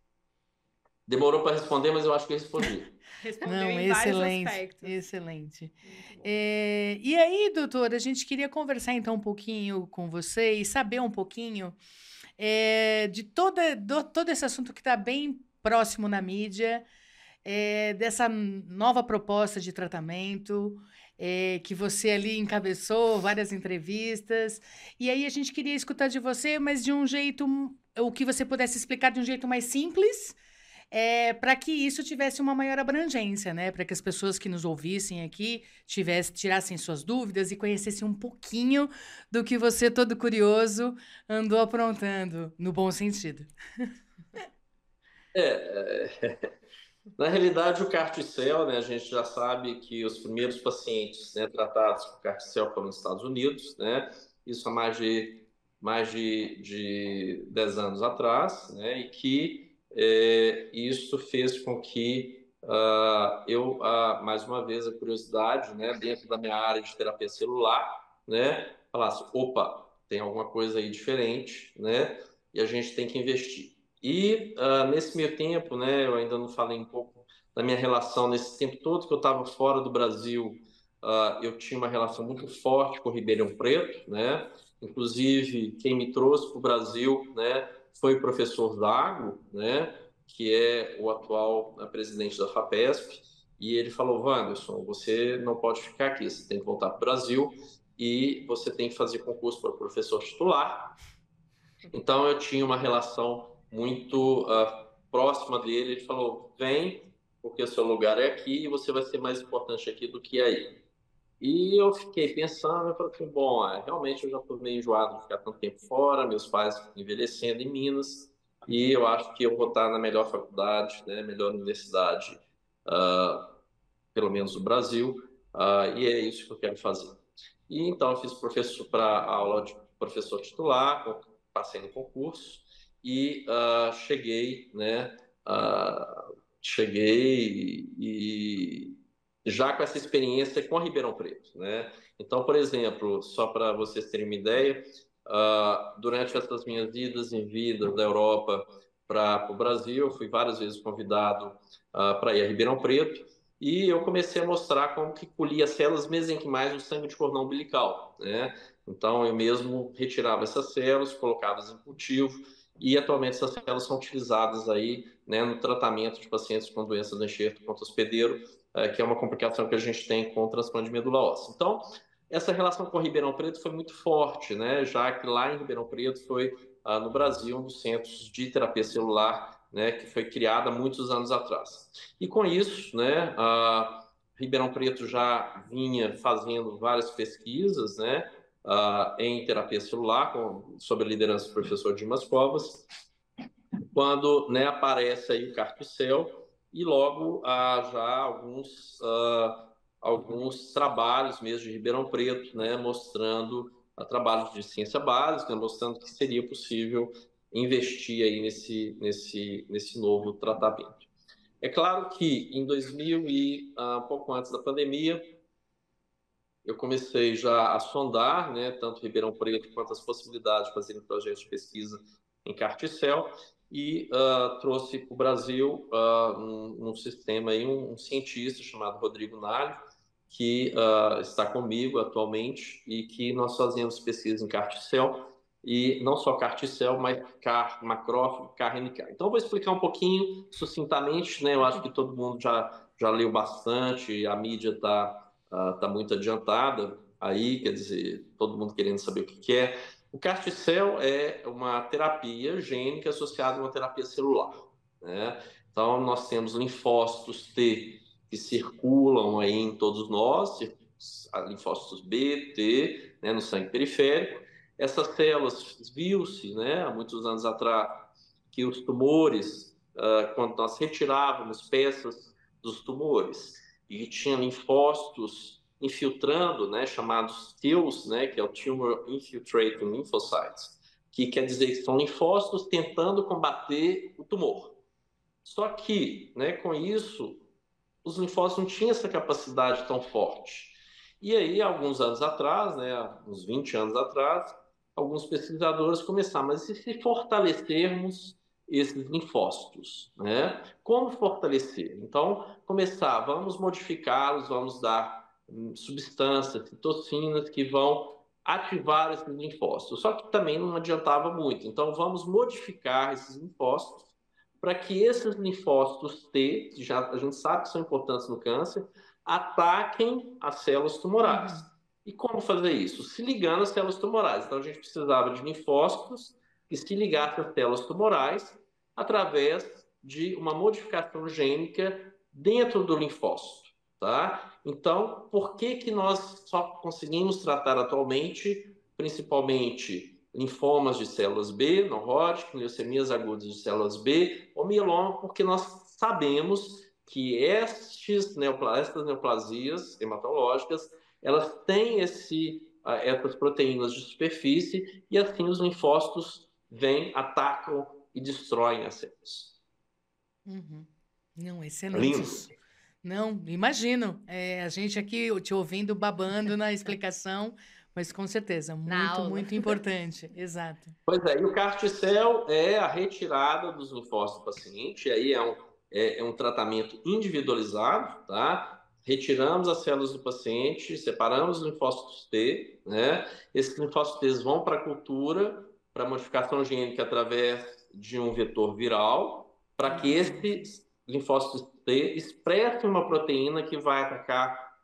S5: Demorou para responder, mas eu acho que eu respondi.
S1: Respondeu
S3: Não,
S1: em
S3: excelente,
S1: vários aspectos.
S3: excelente. É, e aí, doutora, a gente queria conversar então um pouquinho com você e saber um pouquinho é, de toda, do, todo esse assunto que está bem próximo na mídia, é, dessa nova proposta de tratamento, é, que você ali encabeçou várias entrevistas. E aí a gente queria escutar de você, mas de um jeito, o que você pudesse explicar de um jeito mais simples, é, para que isso tivesse uma maior abrangência, né? Para que as pessoas que nos ouvissem aqui tivesse, tirassem suas dúvidas e conhecessem um pouquinho do que você, todo curioso, andou aprontando, no bom sentido.
S5: É, é, na realidade, o Carticel, né, a gente já sabe que os primeiros pacientes, né, tratados com Carticel foram nos Estados Unidos, né? Isso há mais de, mais de, de dez anos atrás, né? E que É, isso fez com que uh, eu, uh, mais uma vez, a curiosidade, né, dentro da minha área de terapia celular, né, falasse, opa, tem alguma coisa aí diferente, né, e a gente tem que investir. E uh, nesse meio tempo, né, eu ainda não falei um pouco da minha relação, nesse tempo todo que eu estava fora do Brasil, uh, eu tinha uma relação muito forte com o Ribeirão Preto, né, inclusive quem me trouxe para o Brasil, né, foi o professor Zago, né, que é o atual presidente da FAPESP, e ele falou, Wanderson, você não pode ficar aqui, você tem que voltar para o Brasil e você tem que fazer concurso para professor titular. Então, eu tinha uma relação muito uh, próxima dele. Ele falou, vem, porque o seu lugar é aqui e você vai ser mais importante aqui do que aí. E eu fiquei pensando, eu falei assim, bom, é, realmente eu já estou meio enjoado de ficar tanto tempo fora, meus pais envelhecendo em Minas, e eu acho que eu vou estar na melhor faculdade, né, melhor universidade, uh, pelo menos do Brasil, uh, e é isso que eu quero fazer. E então eu fiz professor para aula de professor titular, passei no concurso e uh, cheguei, né, uh, cheguei e já com essa experiência com a Ribeirão Preto, né? Então, por exemplo, só para vocês terem uma ideia, uh, durante essas minhas idas em vida da Europa para o Brasil, eu fui várias vezes convidado uh, para ir a Ribeirão Preto e eu comecei a mostrar como que colhia células mesenquimais do sangue de cordão umbilical, né? Então, eu mesmo retirava essas células, colocava-as em cultivo e atualmente essas células são utilizadas aí, né, no tratamento de pacientes com doença do enxerto ponto hospedeiro, que é uma complicação que a gente tem com o transplante de medula óssea. Então, essa relação com o Ribeirão Preto foi muito forte, né? Já que lá em Ribeirão Preto foi, ah, no Brasil, um dos centros de terapia celular, né, que foi criado há muitos anos atrás. E com isso, né, a Ribeirão Preto já vinha fazendo várias pesquisas, né, ah, em terapia celular, com, sob a liderança do professor Dimas Covas, quando, né, aparece aí o Carticel, e logo há já alguns, uh, alguns trabalhos mesmo de Ribeirão Preto, né, mostrando uh, trabalhos de ciência básica, mostrando que seria possível investir aí nesse, nesse, nesse novo tratamento. É claro que em dois mil e uh, um pouco antes da pandemia, eu comecei já a sondar, né, tanto Ribeirão Preto quanto as possibilidades de fazer projetos de pesquisa em Carticel e uh, trouxe para o Brasil uh, um, um sistema, aí, um, um cientista chamado Rodrigo Nalho, que uh, está comigo atualmente e que nós fazemos pesquisa em Carticel, e não só Carticel, mas Car, macrófago, Car N K. Então, eu vou explicar um pouquinho sucintamente, né? Eu acho que todo mundo já, já leu bastante, a mídia está uh, tá muito adiantada aí, quer dizer, todo mundo querendo saber o que, que é. O Carticel é uma terapia gênica associada a uma terapia celular, né? Então, nós temos linfócitos T que circulam aí em todos nós, linfócitos B, T, né, no sangue periférico. Essas células, viu-se, né, há muitos anos atrás, que os tumores, uh, quando nós retirávamos peças dos tumores e tinha linfócitos infiltrando, né, chamados T I Ls, né, que é o Tumor Infiltrating Lymphocytes, que quer dizer que são linfócitos tentando combater o tumor. Só que, né, com isso, os linfócitos não tinham essa capacidade tão forte. E aí, alguns anos atrás, né, uns vinte anos atrás, alguns pesquisadores começaram, mas e se fortalecermos esses linfócitos, né? Como fortalecer? Então, começar, vamos modificá-los, vamos dar hum, substâncias, citocinas que vão ativar esses linfócitos. Só que também não adiantava muito. Então, vamos modificar esses linfócitos para que esses linfócitos T, que já a gente sabe que são importantes no câncer, ataquem as células tumorais. Uhum. E como fazer isso? Se ligando às células tumorais. Então, a gente precisava de linfócitos que se ligassem às células tumorais através de uma modificação gênica dentro do linfócito, tá? Então, por que que nós só conseguimos tratar atualmente, principalmente, linfomas de células B, non-Hodgkin, leucemias agudas de células B, ou mieloma? Porque nós sabemos que estes neopla- estas neoplasias hematológicas, elas têm esse, essas proteínas de superfície e assim os linfócitos vêm, atacam e destroem as células.
S3: Uhum. Não, excelente.
S5: Lindo.
S3: Não, imagino. É, a gente aqui te ouvindo, babando na explicação, mas com certeza, muito, muito importante. Exato.
S5: Pois é, e o Carticel é a retirada dos linfócitos do paciente, e aí é um, é, é um tratamento individualizado, tá? Retiramos as células do paciente, separamos os linfócitos T, né? Esses linfócitos T vão para a cultura, para modificação gênica através de um vetor viral, para que esses linfócitos T expressem uma proteína que vai atacar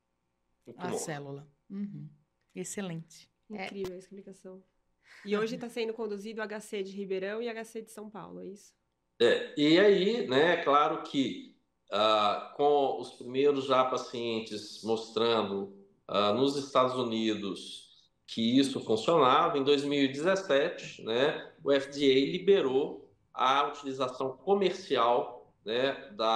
S5: o tumor.
S3: A célula. Uhum. Excelente.
S1: Incrível a explicação. E hoje está sendo conduzido o H C de Ribeirão e H C de São Paulo, é isso?
S5: É, e aí, né, é claro que Uh, com os primeiros já pacientes mostrando uh, nos Estados Unidos que isso funcionava, em dois mil e dezessete, né, o F D A liberou a utilização comercial, né, da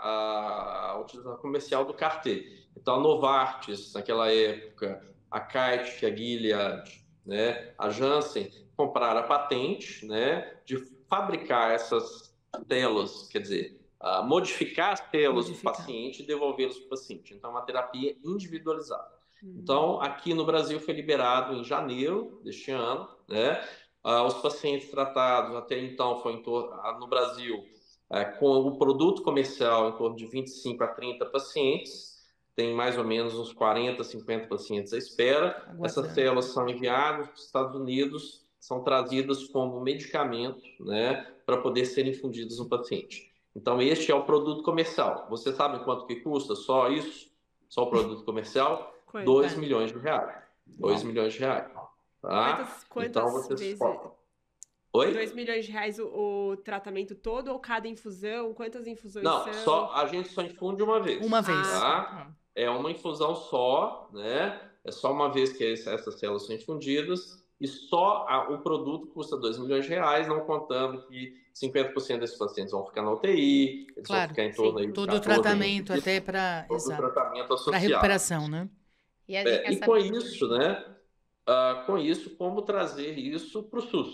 S5: a, a utilização comercial do C A R T. Então, a Novartis, naquela época, a Kite, a Gilead, né, a Janssen, compraram a patente, né, de fabricar essas telas, quer dizer, Uh, modificar as células modificar. do paciente e devolvê-las para o paciente. Então, é uma terapia individualizada. Uhum. Então, aqui no Brasil foi liberado em janeiro deste ano, né? Uh, os pacientes tratados até então foi em torno, uh, no Brasil, uh, com o produto comercial, em torno de vinte e cinco a trinta pacientes. Tem mais ou menos uns quarenta, cinquenta pacientes à espera. Aguardando. Essas células são enviadas para os Estados Unidos, são trazidas como medicamento, né? Para poder serem infundidas no paciente. Então, este é o produto comercial. Você sabe quanto que custa só isso? Só o produto comercial? dois milhões de reais. dois milhões de reais. Tá?
S1: Quantas, quantas
S5: então, você
S1: vezes...
S5: Pode... Oi?
S1: dois milhões de reais o, o tratamento todo ou cada infusão? Quantas infusões
S5: Não,
S1: são?
S5: Só, a gente só infunde uma vez.
S3: Uma vez.
S5: Tá? É uma infusão só, né? É só uma vez que essas células são infundidas e só a, o produto custa dois milhões de reais, não contando que cinquenta por cento desses pacientes vão ficar na U T I, eles
S3: claro,
S5: vão ficar em torno aí de
S3: todo o tratamento
S5: vinte,
S3: até para
S5: para
S3: recuperação, né?
S2: E, a
S5: é, e
S2: essa...
S5: com isso, né? Uh, com isso, como trazer isso para o SUS,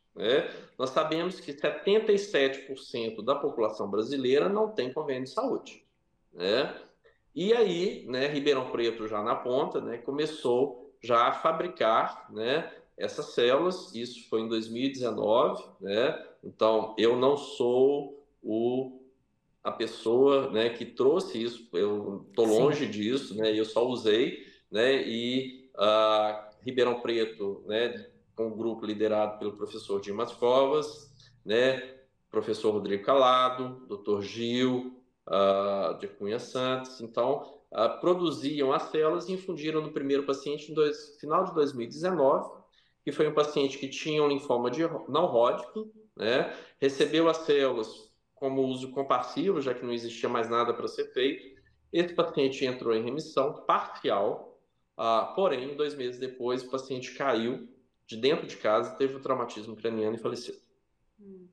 S5: né? Nós sabemos que setenta e sete por cento da população brasileira não tem convênio de saúde, né? E aí, né, Ribeirão Preto já na ponta, né, começou já a fabricar, né, essas células. Isso foi em dois mil e dezenove, né? Então eu não sou o a pessoa, né, que trouxe isso, eu estou longe
S3: Sim.
S5: disso, né? Eu só usei, né? E uh, Ribeirão Preto, né, com um grupo liderado pelo professor Dimas Covas, né, professor Rodrigo Calado, doutor Gil uh, de Cunha Santos, então uh, produziam as células e infundiram no primeiro paciente no dois, final de dois mil e dezenove, que foi um paciente que tinha um linfoma de não Hodgkin, né, recebeu as células como uso compassivo, já que não existia mais nada para ser feito. Esse paciente entrou em remissão parcial, uh, porém, dois meses depois, o paciente caiu de dentro de casa, teve um traumatismo craniano e faleceu. Hum.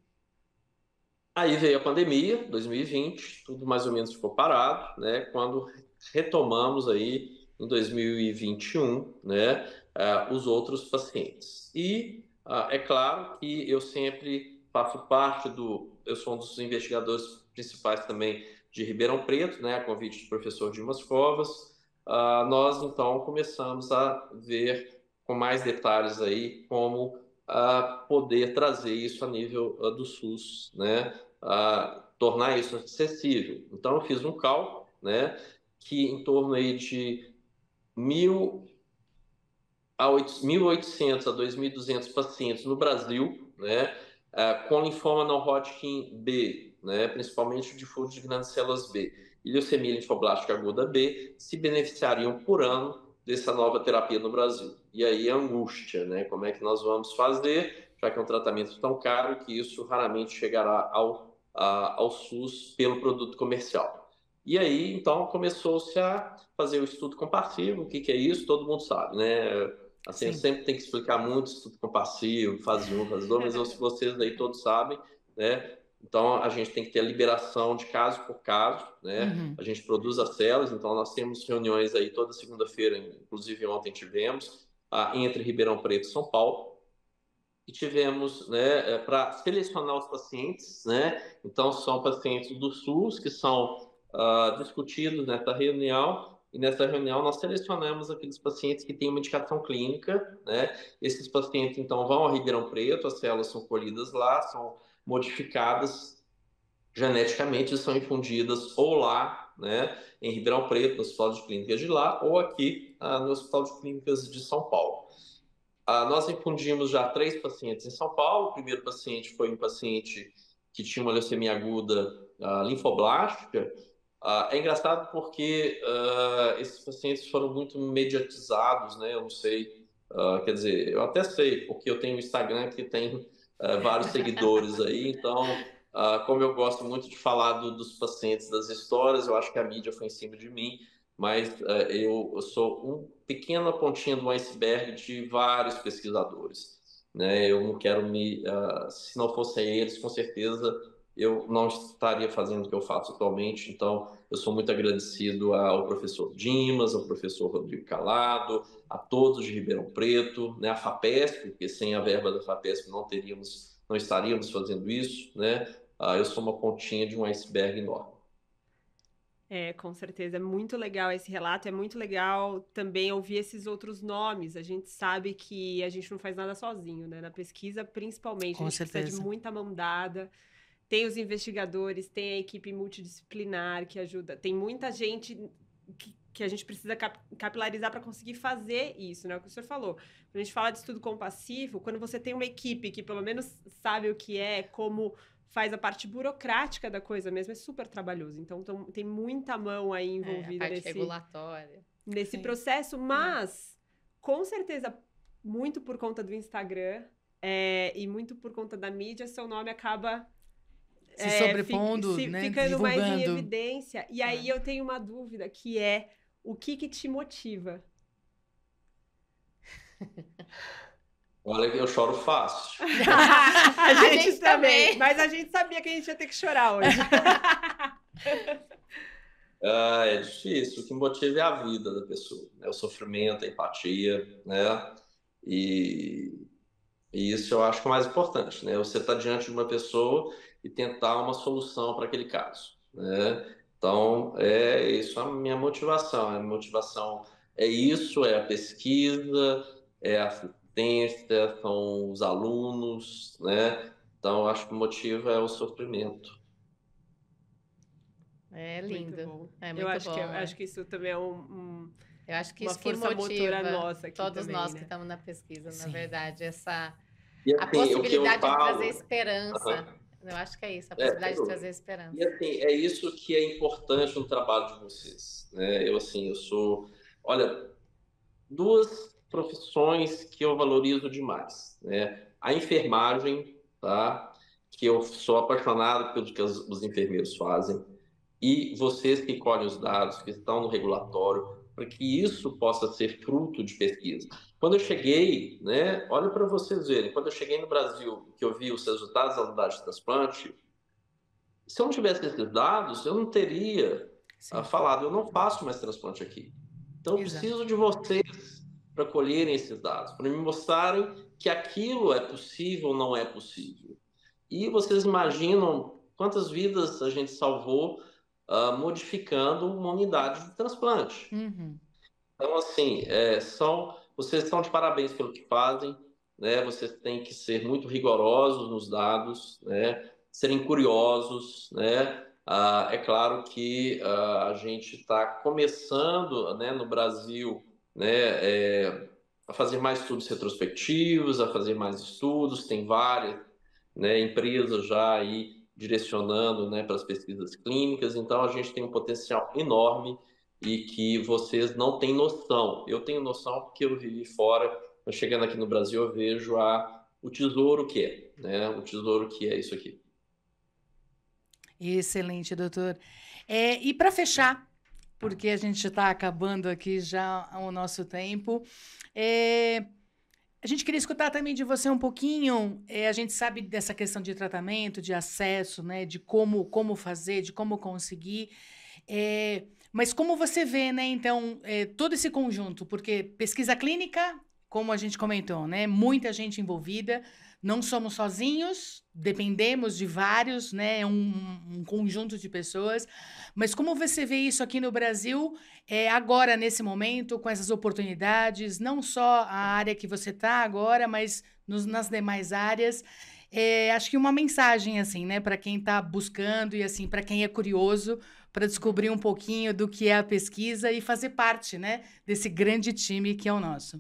S5: Aí veio a pandemia, dois mil e vinte, tudo mais ou menos ficou parado, né? Quando retomamos aí em dois mil e vinte e um, né, uh, os outros pacientes. E uh, é claro que eu sempre faço parte do... Eu sou um dos investigadores principais também de Ribeirão Preto, né, a convite do professor Dimas Covas. Uh, nós, então, começamos a ver com mais detalhes aí como uh, poder trazer isso a nível uh, do SUS, né, uh, tornar isso acessível. Então, eu fiz um cálculo, né, que em torno aí de mil a mil e oitocentos a dois mil e duzentos pacientes no Brasil, né, uh, com linfoma não Hodgkin B, né, principalmente difúso de grandes células B, e leucemia linfoblástica aguda B, se beneficiariam por ano dessa nova terapia no Brasil. E aí a angústia, né, como é que nós vamos fazer, já que é um tratamento tão caro que isso raramente chegará ao, a, ao SUS pelo produto comercial. E aí, então, começou-se a fazer o estudo compassivo. O que, que é isso? Todo mundo sabe, né? Assim, eu sempre tenho que explicar muito estudo compassivo, fase um, fase dois, mas vocês aí todos sabem, né? Então, a gente tem que ter a liberação de caso por caso, né? Uhum. A gente produz as células, então nós temos reuniões aí toda segunda-feira, inclusive ontem tivemos, ah, entre Ribeirão Preto e São Paulo, e tivemos, né, para selecionar os pacientes, né? Então, são pacientes do SUS que são uh, discutidos nessa reunião, e nessa reunião nós selecionamos aqueles pacientes que têm uma indicação clínica, né? Esses pacientes, então, vão a Ribeirão Preto, as células são colhidas lá, são modificadas geneticamente e são infundidas ou lá, né, em Ribeirão Preto, no Hospital de Clínicas de lá, ou aqui uh, no Hospital de Clínicas de São Paulo. Uh, nós infundimos já três pacientes em São Paulo. O primeiro paciente foi um paciente que tinha uma leucemia aguda uh, linfoblástica. Uh, é engraçado porque uh, esses pacientes foram muito mediatizados, né? Eu não sei, uh, quer dizer, eu até sei, porque eu tenho um Instagram que tem uh, vários seguidores aí, então, uh, como eu gosto muito de falar do, dos pacientes, das histórias, eu acho que a mídia foi em cima de mim, mas uh, eu, eu sou um pequena pontinha do iceberg de vários pesquisadores, né? Eu não quero me... Uh, se não fossem eles, com certeza eu não estaria fazendo o que eu faço atualmente. Então, eu sou muito agradecido ao professor Dimas, ao professor Rodrigo Calado, a todos de Ribeirão Preto, né? A FAPESP, porque sem a verba da FAPESP não teríamos, não estaríamos fazendo isso, né? Uh, eu sou uma pontinha de um iceberg enorme.
S1: É, com certeza, é muito legal esse relato, é muito legal também ouvir esses outros nomes. A gente sabe que a gente não faz nada sozinho, né? Na pesquisa, principalmente,
S3: Com
S1: a gente
S3: certeza.
S1: precisa de muita mão dada. Tem os investigadores, tem a equipe multidisciplinar que ajuda, tem muita gente que, que a gente precisa cap capilarizar para conseguir fazer isso, né? O que o senhor falou. Quando a gente fala de estudo compassivo, quando você tem uma equipe que pelo menos sabe o que é, como faz a parte burocrática da coisa mesmo, é super trabalhoso. Então, tão, tem muita mão aí envolvida
S2: é, a parte
S1: nesse,
S2: regulatória.
S1: nesse
S2: Sim.
S1: processo, mas, com certeza, muito por conta do Instagram é, e muito por conta da mídia, seu nome acaba
S3: se
S1: é,
S3: sobrepondo,
S1: fica, se,
S3: né,
S1: ficando
S3: divulgando.
S1: mais em evidência. E aí
S2: É.
S1: eu tenho uma dúvida, que é, o que que te motiva?
S5: Olha que eu choro fácil.
S1: a, gente
S2: gente
S1: também,
S2: também.
S1: mas a gente sabia que a gente ia ter que chorar hoje.
S5: Ah, é difícil. O que motiva é a vida da pessoa, né? O sofrimento, a empatia, né? E E isso eu acho que é o mais importante, né? Você está diante de uma pessoa e tentar uma solução para aquele caso, né? Então, é isso a minha motivação. A minha motivação é isso, é a pesquisa, é a assistência, são os alunos, né? Então, eu acho que o motivo é o sofrimento.
S2: É
S1: Muito
S2: lindo.
S1: bom.
S2: É
S1: Eu
S2: muito
S1: acho que,
S2: bom.
S1: eu
S2: é.
S1: acho que isso também é um, um-
S2: Eu acho que
S1: uma
S2: isso que
S1: força motora
S2: motiva
S1: nossa aqui
S2: todos
S1: também,
S2: nós que
S1: né?
S2: estamos na pesquisa, na
S3: Sim.
S2: verdade, essa
S5: E
S2: a
S5: assim, o que eu
S2: possibilidade de trazer
S5: falo.
S2: esperança.
S5: Aham.
S2: Eu acho que é isso, a
S5: É,
S2: possibilidade
S5: sem
S2: de trazer
S5: dúvida. E
S2: esperança.
S5: assim, é isso que é importante no trabalho de vocês, né? Eu assim, eu sou, olha, duas profissões que eu valorizo demais, né? A enfermagem, tá? Que eu sou apaixonado pelo que os, os enfermeiros fazem, e vocês que colhem os dados, que estão no regulatório, para que isso possa ser fruto de pesquisa. Quando eu cheguei, né? Olha para vocês verem, quando eu cheguei no Brasil, que eu vi os resultados da unidade de transplante, se eu não tivesse esses dados, eu não teria ah,
S3: Sim,
S5: falado, eu não faço mais transplante aqui. Então, eu
S3: exato.
S5: preciso de vocês para colherem esses dados, para me mostrarem que aquilo é possível ou não é possível. E vocês imaginam quantas vidas a gente salvou ah, modificando uma unidade de transplante.
S3: Uhum.
S5: Então, assim, é, são, vocês estão de parabéns pelo que fazem, né? Vocês têm que ser muito rigorosos nos dados, né? Serem curiosos, né? Ah, é claro que ah, a gente está começando, né, no Brasil, né, é, a fazer mais estudos retrospectivos, a fazer mais estudos, tem várias, né, empresas já aí direcionando, né, para as pesquisas clínicas, então a gente tem um potencial enorme e que vocês não têm noção. Eu tenho noção porque eu vivi fora, mas chegando aqui no Brasil eu vejo a, o tesouro que é, né? O tesouro que é isso aqui.
S3: Excelente, doutor. É, e para fechar, porque a gente está acabando aqui já o nosso tempo, é, a gente queria escutar também de você um pouquinho. É, a gente sabe dessa questão de tratamento, de acesso, né, de como, como fazer, de como conseguir. É, mas como você vê, né, então, é, todo esse conjunto, porque pesquisa clínica, como a gente comentou, né, muita gente envolvida, não somos sozinhos, dependemos de vários, né, um, um conjunto de pessoas, mas como você vê isso aqui no Brasil, é, agora, nesse momento, com essas oportunidades, não só a área que você está agora, mas nos, nas demais áreas, é, acho que uma mensagem, assim, né, para quem está buscando e, assim, para quem é curioso, para descobrir um pouquinho do que é a pesquisa e fazer parte, né, desse grande time que é o nosso.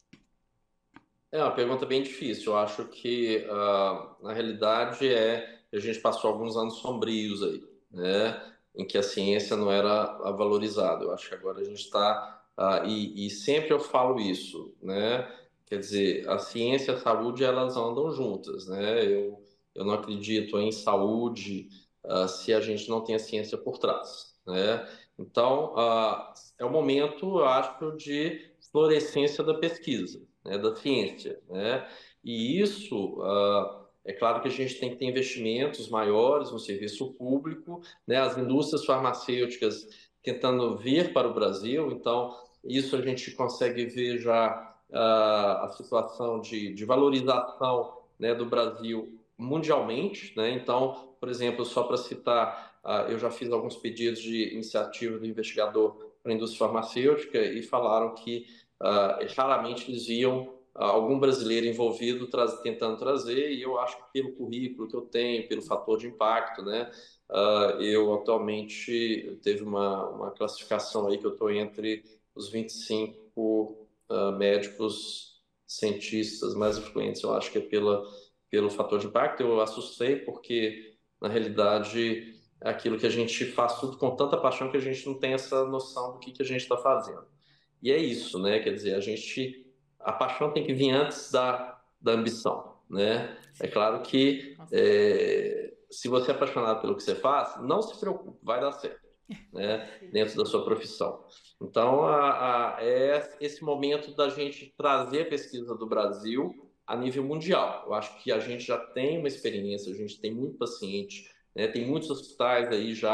S5: É uma pergunta bem difícil. Eu acho que, ah, na realidade, é a gente passou alguns anos sombrios aí, né? Em que a ciência não era valorizada. Eu acho que agora a gente está. Ah, e, e sempre eu falo isso, né? Quer dizer, a ciência e a saúde, elas andam juntas, né? Eu, eu não acredito em saúde, ah, se a gente não tem a ciência por trás, né? Então, ah, é o momento, eu acho, de florescência da pesquisa, né, da ciência, né? E isso, uh, é claro que a gente tem que ter investimentos maiores no serviço público, né? As indústrias farmacêuticas tentando vir para o Brasil, então isso a gente consegue ver já uh, a situação de, de valorização, né, do Brasil mundialmente, né? Então, por exemplo, só para citar, uh, eu já fiz alguns pedidos de iniciativa do investigador para a indústria farmacêutica e falaram que Uh, raramente eles viam uh, algum brasileiro envolvido traz, tentando trazer, e eu acho que pelo currículo que eu tenho, pelo fator de impacto, né, uh, eu atualmente teve uma, uma classificação aí que eu estou entre os vinte e cinco uh, médicos cientistas mais influentes, eu acho que é pela, pelo fator de impacto. Eu assustei porque, na realidade, é aquilo que a gente faz tudo com tanta paixão que a gente não tem essa noção do que, que a gente está fazendo. E é isso, né? Quer dizer, a gente, a paixão tem que vir antes da, da ambição, né? É claro que é, se você é apaixonado pelo que você faz, não se preocupe, vai dar certo, né? Dentro da sua profissão. Então, a, a, é esse momento da gente trazer a pesquisa do Brasil a nível mundial. Eu acho que a gente já tem uma experiência, a gente tem muito paciente, né? Tem muitos hospitais aí já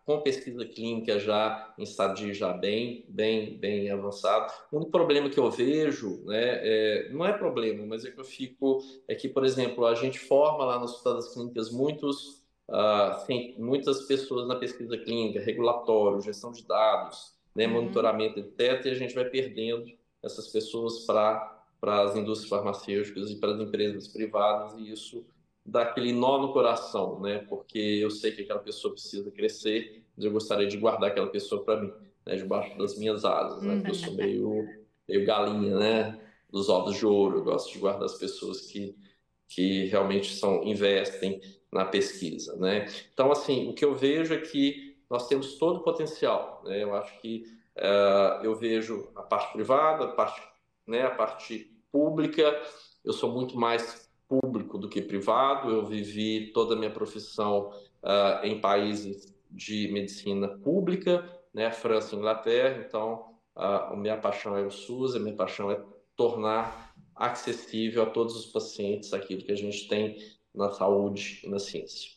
S5: com pesquisa clínica já em estadio já bem, bem, bem avançado. O único problema que eu vejo, né, é, não é problema, mas é que eu fico, é que, por exemplo, a gente forma lá nas hospitais clínicas muitos, uh, tem muitas pessoas na pesquisa clínica, regulatório, gestão de dados, né,
S3: Uhum.
S5: monitoramento, etcétera, e a gente vai perdendo essas pessoas para para as indústrias farmacêuticas e para as empresas privadas, e isso dá aquele nó no coração, né? Porque eu sei que aquela pessoa precisa crescer, mas eu gostaria de guardar aquela pessoa para mim, né? Debaixo das minhas asas, né? Porque eu sou meio, meio galinha, né? Dos ovos de ouro, eu gosto de guardar as pessoas que, que realmente são, investem na pesquisa, né? Então, assim, o que eu vejo é que nós temos todo o potencial, né? Eu acho que uh, eu vejo a parte privada, a parte, né, a parte pública, eu sou muito mais público do que privado, eu vivi toda a minha profissão uh, em países de medicina pública, né, França e Inglaterra, então uh, a minha paixão é o SUS, a minha paixão é tornar acessível a todos os pacientes aquilo que a gente tem na saúde e na ciência.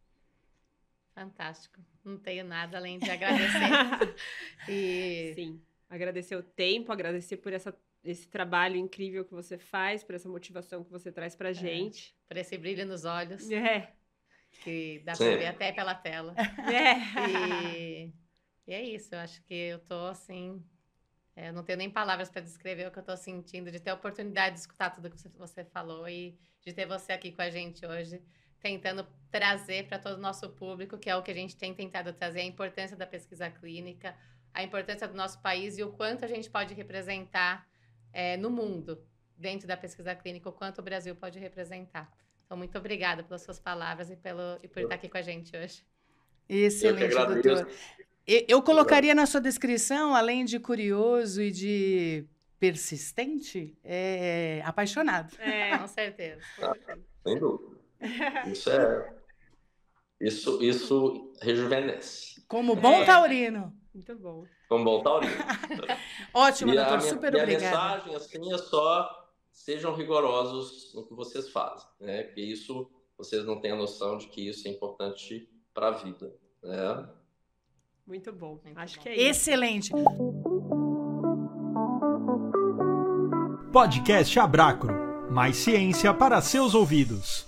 S2: Fantástico. Não tenho nada além de agradecer. e...
S1: Sim, agradecer o tempo, agradecer por essa, esse trabalho incrível que você faz, por essa motivação que você traz pra gente.
S2: É, por esse brilho nos olhos.
S1: É.
S2: Que dá
S5: Sim.
S2: pra ver até pela tela.
S1: É.
S2: E, e é isso, eu acho que eu tô assim... É, eu não tenho nem palavras para descrever o que eu tô sentindo, de ter a oportunidade de escutar tudo que você falou e de ter você aqui com a gente hoje, tentando trazer para todo o nosso público, que é o que a gente tem tentado trazer, a importância da pesquisa clínica, a importância do nosso país e o quanto a gente pode representar é, no mundo, dentro da pesquisa clínica, o quanto o Brasil pode representar. Então, muito obrigada pelas suas palavras e, pelo, e por estar aqui com a gente hoje.
S3: Excelente, doutor. Eu colocaria na sua descrição, além de curioso e de persistente, é apaixonado.
S2: É, com certeza.
S5: Ah, sem dúvida. Isso é... Isso, isso rejuvenesce.
S3: Como bom
S1: É.
S3: taurino.
S1: Muito bom.
S5: Como bom taurino.
S3: Ótimo,
S5: E
S3: doutor.
S5: a minha,
S3: Super
S5: minha
S3: obrigada.
S5: mensagem, assim, é só sejam rigorosos no que vocês fazem, né? Porque isso, vocês não têm a noção de que isso é importante para a vida, né?
S1: Muito bom.
S2: Muito
S1: Acho
S2: bom.
S1: que é isso.
S3: Excelente.
S4: Podcast Abracro. Mais ciência para seus ouvidos.